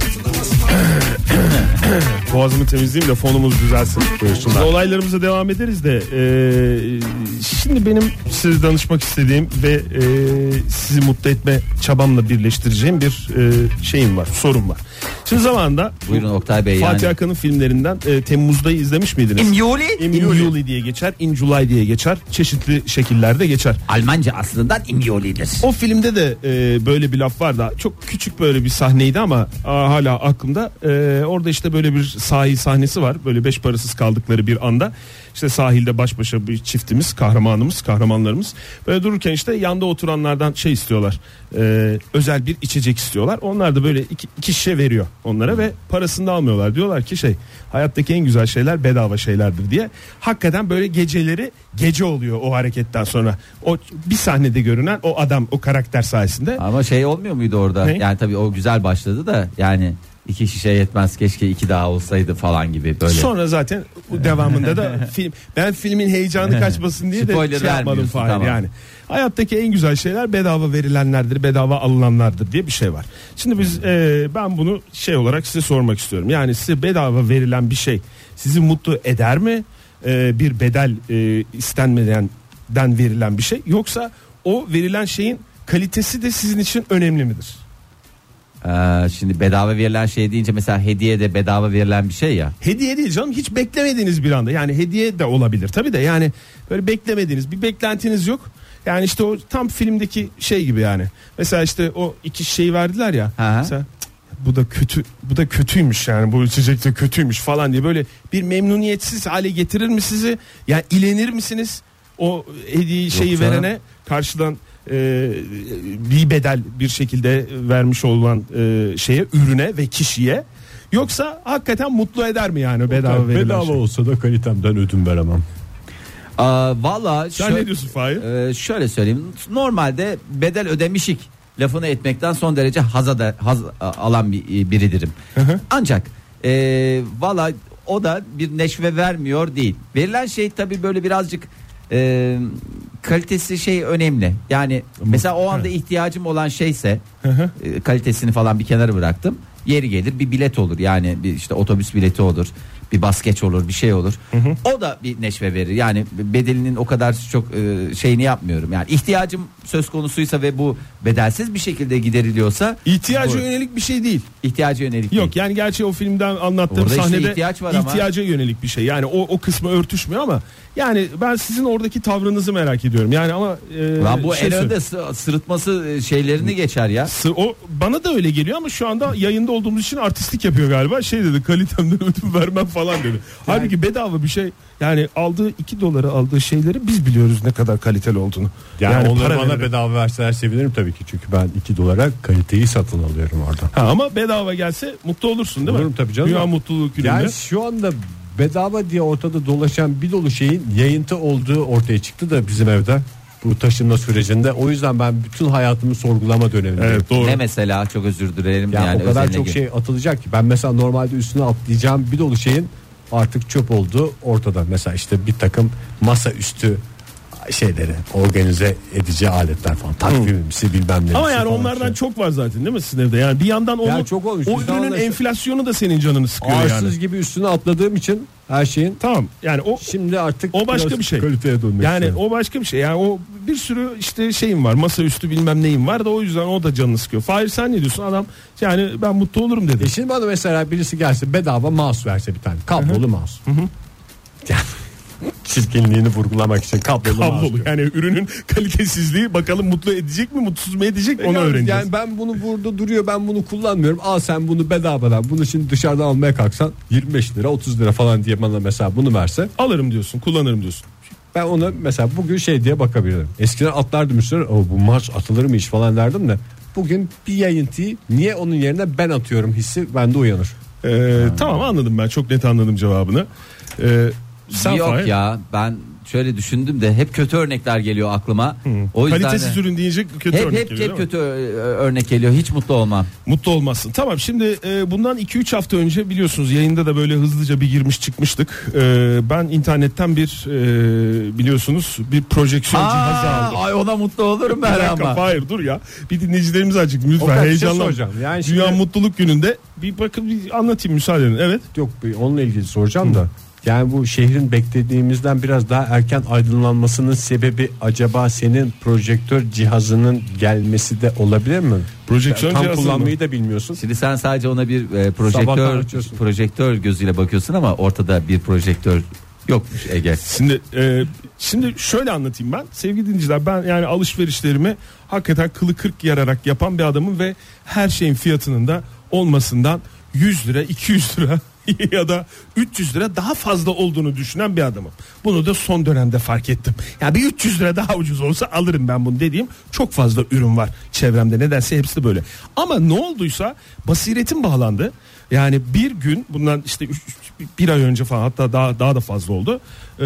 boğazımı temizleyeyim de fonumuz düzelsin. Buyursunlar. Olaylarımıza devam ederiz de e, şimdi benim size danışmak istediğim ve e, sizi mutlu etme çabamla birleştireceğim bir e, şeyim var, sorum var. Şimdi zamanında Buyurun Oktay Bey. Fatih Yani. Akın'ın filmlerinden e, Temmuz'da izlemiş miydiniz? In Juli? In Juli diye geçer, In July diye geçer. Çeşitli şekillerde geçer. Almanca aslında In Juli'dir. O filmde de e, böyle bir laf var da çok küçük böyle bir sahneydi ama a, hala aklımda. E, orada işte böyle bir sahil sahnesi var. Böyle beş parasız kaldıkları bir anda. İşte sahilde baş başa bir çiftimiz, kahramanımız, kahramanlarımız. Böyle dururken işte yanda oturanlardan şey istiyorlar. E, özel bir içecek istiyorlar. Onlar da böyle iki, iki şişe veriyor onlara ve parasını da almıyorlar. Diyorlar ki şey, hayattaki en güzel şeyler bedava şeylerdir diye. Hakikaten böyle geceleri gece oluyor o hareketten sonra. O bir sahnede görünen o adam, o karakter sayesinde. Ama şey olmuyor muydu orada? Ne? Yani tabii o güzel başladı da yani iki şişe yetmez, keşke iki daha olsaydı falan gibi böyle. Sonra zaten devamında da film, ben filmin heyecanı kaçmasın diye de Spoiler şey yapmadım vermiyorsun, Fahir tamam. yani. Hayattaki en güzel şeyler bedava verilenlerdir, bedava alınanlardır diye bir şey var. Şimdi biz e, ben bunu şey olarak size sormak istiyorum. Yani size bedava verilen bir şey sizi mutlu eder mi? E, bir bedel e, istenmeden verilen bir şey, yoksa o verilen şeyin kalitesi de sizin için önemli midir? Ee, şimdi bedava verilen şey deyince mesela hediye de bedava verilen bir şey ya. Hediye değil canım, hiç beklemediğiniz bir anda, yani hediye de olabilir tabii de, yani böyle beklemediğiniz bir beklentiniz yok. Yani işte o tam filmdeki şey gibi yani. Mesela işte o iki şeyi verdiler ya. Hı hı. Mesela, "Cık, bu da kötü, bu da kötüymüş yani, bu içecek de kötüymüş" falan diye böyle bir memnuniyetsiz hale getirir mi sizi? Yani ilenir misiniz o hediye şeyi canım. verene, karşıdan e, bir bedel bir şekilde vermiş olan e, şeye, ürüne ve kişiye? Yoksa hakikaten mutlu eder mi yani bedava verilen Bedava şey? olsa da kalitemden ödün veremem. Aa, valla Sen şö- ne diyorsun Fahir? e, şöyle söyleyeyim. Normalde bedel ödemişik lafını etmekten son derece haza da, haz a- alan bir biridirim. Ancak e, valla o da bir neşve vermiyor değil. Verilen şey tabii böyle birazcık e, kalitesi şey önemli. Yani mesela o anda ihtiyacım olan şeyse e, kalitesini falan bir kenara bıraktım. Yeri gelir bir bilet olur, yani bir işte otobüs bileti olur, bir baskeç olur, bir şey olur. O da bir neşve verir. Yani bedelinin o kadar çok e, şeyini yapmıyorum. Yani ihtiyacım söz konusuysa ve bu bedelsiz bir şekilde gideriliyorsa İhtiyaca bu- yönelik bir şey değil. ihtiyaca yönelik Yok değil. yani gerçi o filmden anlattığım Orada işte sahnede ihtiyaç var ama. ihtiyaca yönelik bir şey. Yani o o kısmı örtüşmüyor ama yani ben sizin oradaki tavrınızı merak ediyorum. Yani ama e, Lan bu şey en söyle- önde sı- sırıtması e, şeylerini geçer ya. Sı- o bana da öyle geliyor ama şu anda yayında olduğumuz için artistik yapıyor galiba. Şey dedi, kalitemden ödün vermem falan dedi. Halbuki bedava bir şey, yani aldığı iki doları aldığı şeyleri biz biliyoruz ne kadar kaliteli olduğunu. Yani, onları para bana vererek. bedava verseler sevinirim tabii ki. Çünkü ben iki dolara kaliteyi satın alıyorum orada. Ha, ama bedava gelse mutlu olursun değil Olurum mi? tabii canım. Dünya mutluluk gününde. Yani şu anda bedava diye ortada dolaşan bir dolu şeyin yayıntı olduğu ortaya çıktı da bizim evde. Bu taşınma sürecinde. O yüzden ben bütün hayatımı sorgulama dönemindeyim. Evet, doğru. Ne mesela, çok özür dilerim. Yani, yani o kadar özeline çok gir- şey atılacak ki ben mesela normalde üstüne atlayacağım bir dolu şeyin artık çöp olduğu ortada. Mesela işte bir takım masaüstü şeyleri, organize edici aletler falan, takvimimsi bilmem ne. Ama yani onlardan çok var zaten değil mi sizin evde? Yani bir yandan onu, Yani çok olmuş. o Biz ürünün anlaştık. enflasyonu da senin canını sıkıyor arsız yani. gibi üstüne atladığım için her şeyin. Tamam yani o Şimdi artık o başka biraz bir şey. Kaliteye dönmek Yani istiyorum. o başka bir şey. Yani o bir sürü işte şeyim var. Masaüstü bilmem neyim var da o yüzden o da canını sıkıyor. Fahir sen ne diyorsun? Adam yani ben mutlu olurum dedi. E şimdi bana mesela birisi gelse bedava mouse verse bir tane kablolu mouse. Yani çirkinliğini vurgulamak için kablolu, mouse. Kablolu yani ürünün kalitesizliği bakalım mutlu edecek mi mutsuz mu edecek onu Yani, öğreneceğiz. yani ben bunu burada duruyor, ben bunu kullanmıyorum. Al sen bunu bedavadan. Bunu şimdi dışarıdan almaya kalksan yirmi beş lira otuz lira falan diye bana mesela bunu verse, Alırım diyorsun, kullanırım diyorsun. ben ona mesela bugün şey diye bakabilirim. Eskiden atlardım üstüne, o bu maç atılır mı hiç falan derdim de bugün bir yayıntıyı niye onun yerine ben atıyorum hissi bende uyanır. Ee, tamam anladım, ben çok net anladım cevabını. Ee, sen Yok Fahir? ya, ben şöyle düşündüm de hep kötü örnekler geliyor aklıma. Hı. O yüzden Kalitesiz de, ürün deyince kötü hep örnek hep, geliyor. hep kötü örnek geliyor. Hiç mutlu olmam. Mutlu olmazsın. Tamam, şimdi e, bundan iki üç hafta önce biliyorsunuz yayında da böyle hızlıca bir girmiş çıkmıştık. E, ben internetten bir e, biliyorsunuz bir projeksiyon Aa, cihazı aldım. ay ona mutlu olurum ben Bir dakika, ama. hayır dur ya. Bir dinleyicilerimiz açık lütfen, Oktay, bir şey heyecanlanma. soracağım. Yani Dünya şimdi- Mutluluk Günü'nde bir bakın, bir anlatayım, müsaade edin. Evet. Yok, bir onunla ilgili soracağım da. Yani bu şehrin beklediğimizden biraz daha erken aydınlanmasının sebebi acaba senin projektör cihazının gelmesi de olabilir mi? Projeksiyon Tam cihazı kullanmayı mı? da bilmiyorsun. Şimdi sen sadece ona bir e, Sabahtan projektör açıyorsun. projektör gözüyle bakıyorsun ama ortada bir projektör yokmuş Ege. Şimdi e, şimdi şöyle anlatayım ben. Sevgili dinleyiciler, ben yani alışverişlerimi hakikaten kılı kırk yararak yapan bir adamım ve her şeyin fiyatının da olmasından yüz lira, iki yüz lira ya da üç yüz lira daha fazla olduğunu düşünen bir adamım. Bunu da son dönemde fark ettim. Ya bir üç yüz lira daha ucuz olsa alırım ben bunu dediğim çok fazla ürün var çevremde. Nedense hepsi de böyle. Ama ne olduysa basiretim bağlandı. Yani bir gün bundan işte üç, bir ay önce falan, hatta daha daha da fazla oldu. Ee,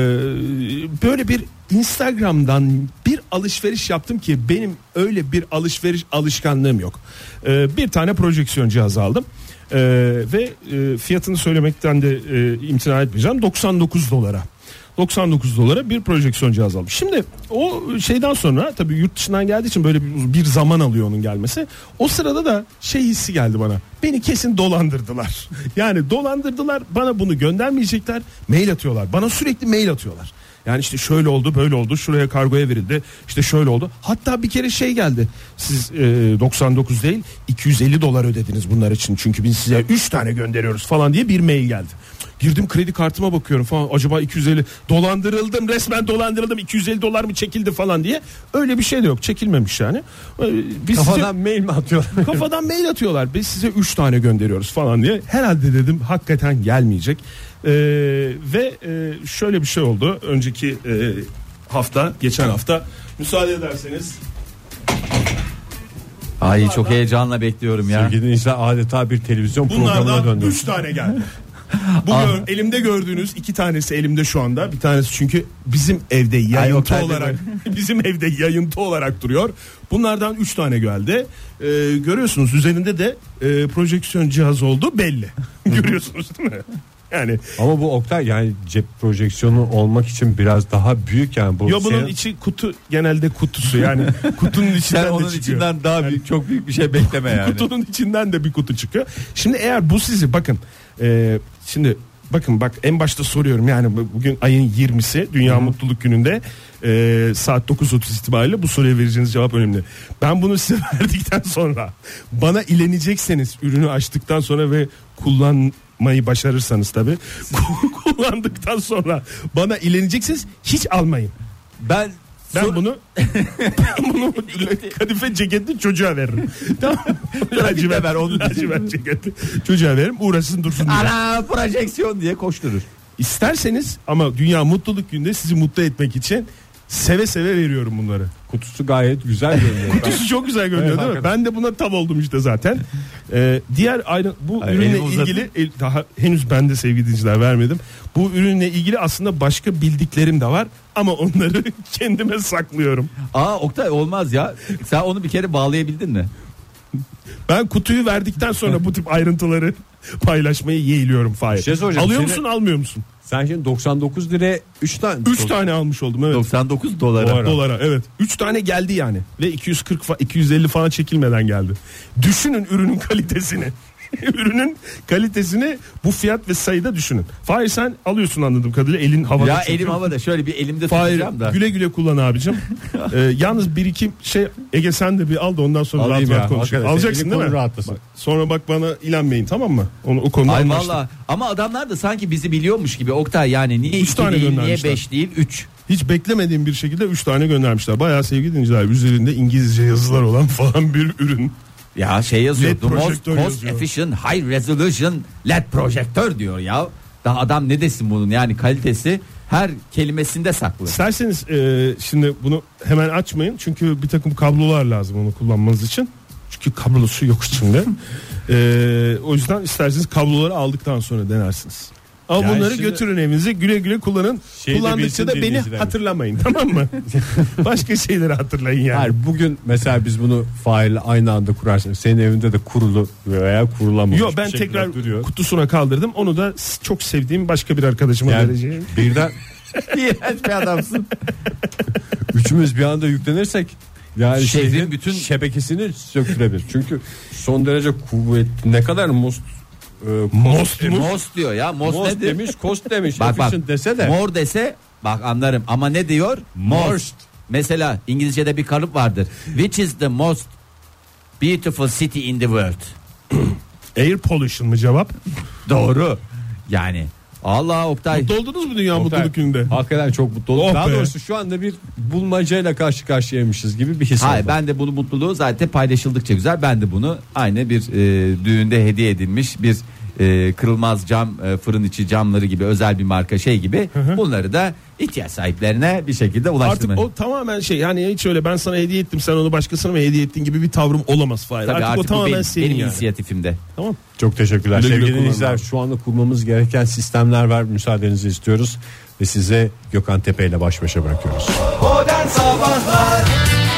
böyle bir Instagram'dan bir alışveriş yaptım ki benim öyle bir alışveriş alışkanlığım yok. Ee, bir tane projeksiyon cihazı aldım. Ee, ve e, fiyatını söylemekten de e, imtina etmeyeceğim. doksan dokuz dolara. doksan dokuz dolara bir projeksiyon cihazı aldım. Şimdi o şeyden sonra tabii yurt dışından geldiği için böyle bir, bir zaman alıyor onun gelmesi. O sırada da şey hissi geldi bana. Beni kesin dolandırdılar. Yani dolandırdılar, bana bunu göndermeyecekler. Mail atıyorlar. Bana sürekli mail atıyorlar. Yani işte şöyle oldu, böyle oldu, şuraya kargoya verildi, işte şöyle oldu. Hatta bir kere şey geldi. Siz e, doksan dokuz değil iki yüz elli dolar ödediniz bunlar için. Çünkü biz size üç tane gönderiyoruz falan diye bir mail geldi. Girdim kredi kartıma bakıyorum falan, acaba iki yüz elli dolandırıldım, resmen dolandırıldım, iki yüz elli dolar mı çekildi falan diye. Öyle bir şey de yok, çekilmemiş yani. Biz Kafadan size, mail mi atıyorlar? kafadan mail atıyorlar, biz size üç tane gönderiyoruz falan diye. Herhalde dedim hakikaten gelmeyecek. Ee, ve e, şöyle bir şey oldu önceki e, hafta, geçen hafta, müsaade ederseniz. Ay çok heyecanla bekliyorum ya. Sevgili dinleyiciler, adeta bir televizyon programına Bunlardan döndü. üç tane geldi. Bu gör, elimde gördüğünüz iki tanesi elimde şu anda. Bir tanesi çünkü bizim evde yayıntı Ay, olarak bizim evde yayıntı olarak duruyor. Bunlardan üç tane geldi. Ee, görüyorsunuz üzerinde de e, projeksiyon cihazı olduğu belli. Görüyorsunuz değil mi? Yani Ama bu Oktay, yani cep projeksiyonu olmak için biraz daha büyük yani bu. ya bunun senin- içi kutu, genelde kutusu yani kutunun içinden Sen de onun çıkıyor. içinden daha büyük, çok büyük bir şey bekleme yani. Kutunun içinden de bir kutu çıkıyor. Şimdi eğer bu sizi bakın e, şimdi bakın bak en başta soruyorum, yani bugün ayın yirmisi Dünya Mutluluk Günü'nde e, saat dokuz otuz itibariyle bu soruya vereceğiniz cevap önemli. Ben bunu size verdikten sonra bana ilenecekseniz, ürünü açtıktan sonra ve kullanmayı başarırsanız tabii kullandıktan sonra bana ileneceksiniz, hiç almayın. Ben Ben Sor- bunu ben bunu kadife ceketli çocuğa veririm. Tamam. Lacivert ver, onu lacivert ceketli çocuğa veririm, uğraşsın dursun diye. ana projeksiyon diye koşturur. İsterseniz ama Dünya Mutluluk Günü'nde sizi mutlu etmek için seve seve veriyorum bunları. kutusu gayet güzel görünüyor. Kutusu çok güzel görünüyor Evet, değil mi? hakikaten. Ben de buna tav oldum işte zaten. Ee, diğer ayrı bu Ay, ürünle elimi uzatın. ilgili el- daha henüz ben de sevgili dinleyiciler vermedim. Bu ürünle ilgili aslında başka bildiklerim de var ama onları kendime saklıyorum. Aa Oktay, olmaz ya. Sen onu bir kere bağlayabildin mi? Ben kutuyu verdikten sonra bu tip ayrıntıları paylaşmayı yeğliyorum Fahir. Bir şey soracağım. Alıyor Seni- musun, almıyor musun? Sen şimdi doksan dokuz liraya üç tane. üç tane almış oldum, evet. doksan dokuz dolara. Dolara. Dolara, evet. üç tane geldi yani ve iki yüz kırk fa- iki yüz elli falan çekilmeden geldi. Düşünün ürünün kalitesini. Ürünün kalitesini bu fiyat ve sayıda düşünün. Fahir sen alıyorsun anladığım kadarıyla, elin havada. Ya çünkü. elim havada, şöyle bir elimde Fahir tutacağım da. güle güle kullan abicim. ee, yalnız bir iki şey Ege sen de bir al da ondan sonra Alayım rahat ya, rahat konuşalım. hakikaten. Alacaksın Elin değil mi? kolun rahatlasın. Bak, sonra bak bana ilenmeyin, tamam mı? Onu, o konuda Ay anlaştık. valla, ama adamlar da sanki bizi biliyormuş gibi Oktay, yani niye Üç iki tane değil, niye göndermişler. beş değil üç. Hiç beklemediğim bir şekilde üç tane göndermişler. Bayağı sevgili dinleyiciler, üzerinde İngilizce yazılar olan falan bir ürün. Ya şey yazıyor, L E D the most projektör cost yazıyor. efficient high resolution L E D projektör diyor ya. Daha adam ne desin bunun, yani kalitesi her kelimesinde saklı. İsterseniz e, şimdi bunu hemen açmayın. Çünkü bir takım kablolar lazım onu kullanmanız için. Çünkü kablosu yok içinde. e, o yüzden isterseniz kabloları aldıktan sonra denersiniz. Ama Yani bunları şimdi- götürün evinize, güle güle kullanın. Şeyi de Kullandıkça bilsin da beni dinleyicilerimiz. hatırlamayın, tamam mı? Başka şeyleri hatırlayın yani. Hayır, bugün mesela biz bunu faille aynı anda kurarsak senin evinde de kurulu veya kurulamamış. Yok, ben bir şekilde tekrar duruyor. kutusuna kaldırdım. Onu da s- çok sevdiğim başka bir arkadaşıma Yani vereceğim. birden İğrenç bir adamsın. üçümüz bir anda yüklenirsek yani Şehrin şehrin bütün- bütün şebekesini söktürebilir. Çünkü son derece kuvvetli, ne kadar most e, Most demiş, mu? Most diyor ya. Most, most nedir? demiş, kost demiş. Bak bak. Efficient dese de Mor dese bak anlarım ama ne diyor? Most. Mesela İngilizce'de bir kalıp vardır. Which is the most beautiful city in the world? Air pollution mı cevap? Doğru. Yani Allah Oktay. Mutlu oldunuz mu Dünya Oktay, Mutluluk Günü'nde? hakikaten çok mutlu oldum. Oh Daha be. doğrusu şu anda bir bulmacayla karşı karşıyaymışız gibi bir his Hayır, oldu. ben de bunu mutluluğu zaten paylaşıldıkça güzel. Ben de bunu aynı bir e, düğünde hediye edilmiş bir e, kırılmaz cam, e, fırın içi camları gibi özel bir marka şey gibi bunları da ihtiyaç sahiplerine bir şekilde Artık ulaştırmak. o tamamen şey, yani hiç öyle ben sana hediye ettim sen onu başkasına mı hediye ettin gibi bir tavrım olamaz Fahir. Tabii Artık, artık o bu tamamen benim, senin benim yani. inisiyatifimde. Tamam. Çok teşekkürler. Güle güle Sevgili kullanın dinleyiciler, abi. şu anda kurmamız gereken sistemler var. Müsaadenizi istiyoruz ve size Gökhan Tepe ile baş başa bırakıyoruz. Modern Sabahlar.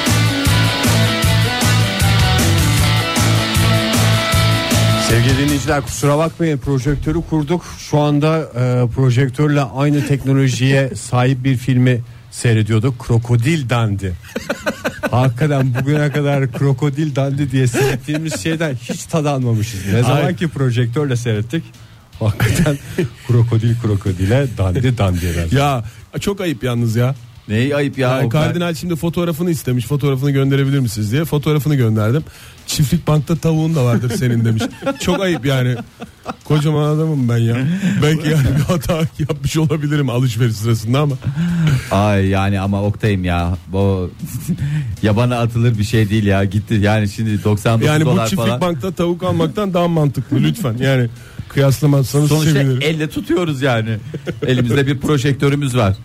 Sevgili dinleyiciler, kusura bakmayın, projektörü kurduk. Şu anda e, projektörle aynı teknolojiye sahip bir filmi seyrediyorduk. Krokodil Dandi. Hakikaten bugüne kadar Krokodil Dandi diye seyrettiğimiz şeyden hiç tad almamışız. Ne zaman ki projektörle seyrettik, hakikaten krokodil krokodile, dandi dandiler. Ya çok ayıp yalnız ya. Ne ayıp ya. Yani Oktay. kardinal şimdi fotoğrafını istemiş, fotoğrafını gönderebilir misiniz diye fotoğrafını gönderdim. Çiftlik bankta tavuğun da vardır senin demiş. Çok ayıp yani. Kocaman adamım ben ya. Belki yani bir hata yapmış olabilirim alışveriş sırasında ama. Ay yani ama Oktay'ım ya. Bu yabana atılır bir şey değil ya. Gitti yani şimdi doksan dokuz Yani bu dolar çiftlik falan. bankta tavuk almaktan daha mantıklı lütfen. Yani kıyaslamazsanız Sonuçta sevinirim. elle tutuyoruz yani. Elimizde bir projektörümüz var.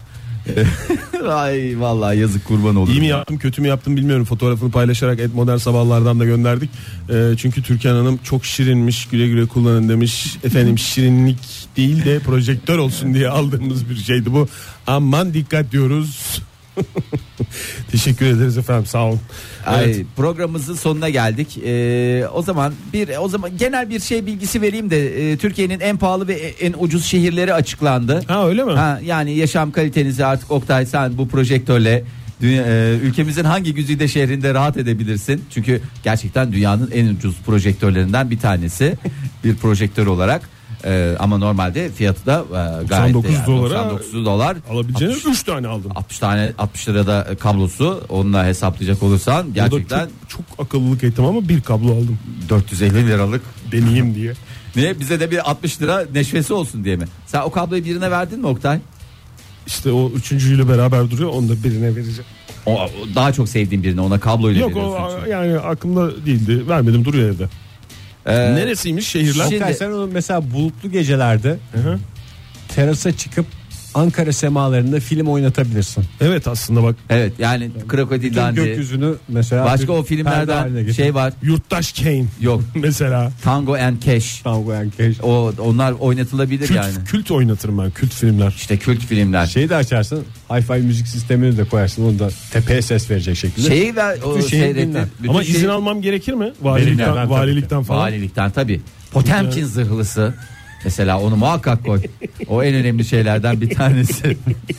Ay vallahi yazık, kurban olur. İyi mi yaptım kötü mü yaptım bilmiyorum. Fotoğrafını paylaşarak Et Modern Sabahlardan da gönderdik. Ee, çünkü Türkan Hanım çok şirinmiş, güle güle kullanın demiş. Efendim şirinlik değil de projektör olsun diye aldığımız bir şeydi bu. Aman dikkat diyoruz. Teşekkür ederiz efendim, sağ olun. Ay, Evet. programımızın sonuna geldik. Ee, o zaman bir o zaman genel bir şey bilgisi vereyim de e, Türkiye'nin en pahalı ve en ucuz şehirleri açıklandı. Ha öyle mi? Ha, yani yaşam kalitenizi artık Oktay sen bu projektörle dünya, e, ülkemizin hangi güzide şehrinde rahat edebilirsin. Çünkü gerçekten dünyanın en ucuz projektörlerinden bir tanesi bir projektör olarak. E, ama normalde fiyatı da e, gayet doksan dokuz yani dolara doksan dokuz dolar. Alabileceğiniz üç tane aldım. altmış tane altmış lirada kablosu, onunla hesaplayacak olursan O da gerçekten çok, çok akıllılık ettim ama bir kablo aldım. dört yüz elli liralık. Deneyeyim diye. Niye, bize de bir altmış lira neşvesi olsun diye mi? Sen o kabloyu birine verdin mi Oktay? İşte o üçüncüyle beraber duruyor, onu da birine vereceğim. O, o daha çok sevdiğin birine, ona kabloyla Yok veriyorsun. o çünkü. yani aklımda değildi, vermedim, duruyor evde. Ee, Neresiymiş şehirler? Şimdi- Oktay, sen onu mesela bulutlu gecelerde Hı-hı. terasa çıkıp Ankara semalarında film oynatabilirsin. Evet aslında bak, Evet yani krokodil Bütün dandi. gökyüzünü mesela Başka bir o perde filmlerden haline getir. şey var. Yurttaş Kane Yok. mesela. Tango and Cash. Tango and Cash. O onlar oynatılabilir Kült, yani. kült oynatırım ben, kült filmler. İşte kült filmler. Şeyi de açarsın, hi-fi müzik sistemini de koyarsın, onu da tepeye ses verecek şekilde. Şeyi ve o Bütün şehir seyretti. dinler. Bütün Ama şey- izin almam gerekir mi? Verirler, Valilikten, tabii valilikten falan. Valilikten tabii. Potemkin zırhlısı. Mesela onu muhakkak koy. O en önemli şeylerden bir tanesi.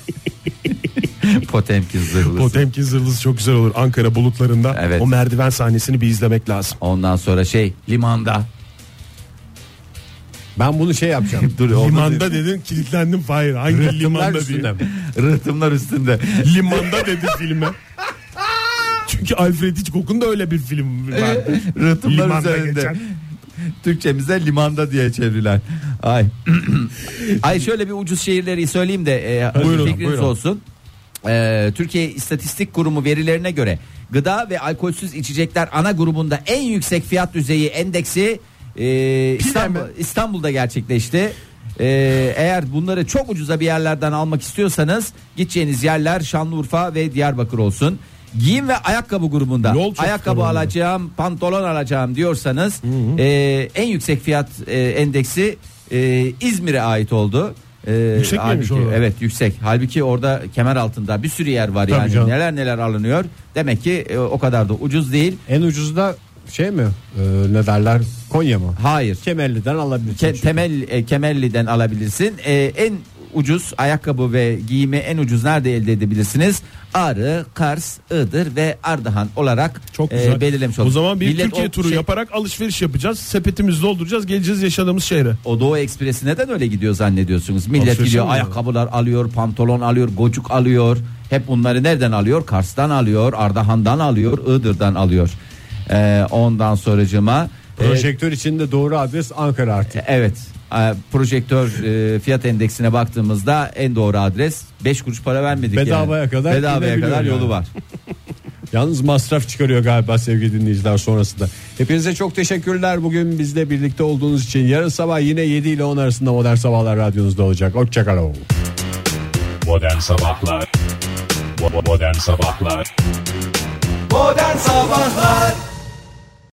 Potemkin zırhlısı. Potemkin zırhlısı çok güzel olur Ankara bulutlarında. Evet. O merdiven sahnesini bir izlemek lazım. Ondan sonra şey limanda. Ben bunu şey yapacağım. Dur, orada Limanda dedin, kilitlendim. Hayır, hangi Rıhtımlar limanda üstünde diye. mi? Rıhtımlar üstünde. Limanda dedi filme. Çünkü Alfred Hitchcock'un da öyle bir film vardı. Rıhtımlar Limanda üzerinde. geçen. Türkçemize limanda diye çevrilen. Ay. Ay şöyle bir ucuz şehirleri söyleyeyim de e, Buyurun, fikriniz buyurun. olsun. E, Türkiye İstatistik Kurumu verilerine göre gıda ve alkolsüz içecekler ana grubunda en yüksek fiyat düzeyi endeksi e, İstanbul, İstanbul'da gerçekleşti. E, eğer bunları çok ucuza bir yerlerden almak istiyorsanız gideceğiniz yerler Şanlıurfa ve Diyarbakır olsun. Giyim ve ayakkabı grubunda Yol çok ayakkabı zor oldu. alacağım, pantolon alacağım diyorsanız e, en yüksek fiyat e, endeksi e, İzmir'e ait oldu. E, Yüksek miymiş halbuki, orada? evet yüksek. Halbuki orada kemer altında bir sürü yer var. Tabii Yani canım. neler neler alınıyor. Demek ki e, o kadar da ucuz değil. En ucuz da şey mi? Ee, ne derler? Konya mı? Hayır. Kemerli'den alabilirsin. Ke- temel e, Kemerli'den alabilirsin. E, en ucuz ayakkabı ve giyimi en ucuz nerede elde edebilirsiniz? Ağrı, Kars, Iğdır ve Ardahan olarak Çok e, güzel. belirlemiş olduk. O zaman bir Millet Türkiye o turu şey- yaparak alışveriş yapacağız. Sepetimizi dolduracağız. Geleceğiz yaşadığımız şehre. O Doğu Ekspresi neden öyle gidiyor zannediyorsunuz? Millet Alışverişe gidiyor mi ayakkabılar alıyor, pantolon alıyor, gocuk alıyor. Hep bunları nereden alıyor? Kars'tan alıyor, Ardahan'dan alıyor, Iğdır'dan alıyor. E, ondan sonracığıma e, Projektör için de doğru adres Ankara artık. evet. e, Projektör e, fiyat endeksine baktığımızda en doğru adres beş kuruş para vermedik. Bedavaya yani. kadar Bedavaya inebiliyor kadar yani. yolu var. Yalnız masraf çıkarıyor galiba sevgili dinleyiciler sonrasında. Hepinize çok teşekkürler bugün bizle birlikte olduğunuz için. Yarın sabah yine yedi ile on arasında Modern Sabahlar radyonuzda olacak. Hoşçakalın. Modern Sabahlar Bo- Modern Sabahlar Modern Sabahlar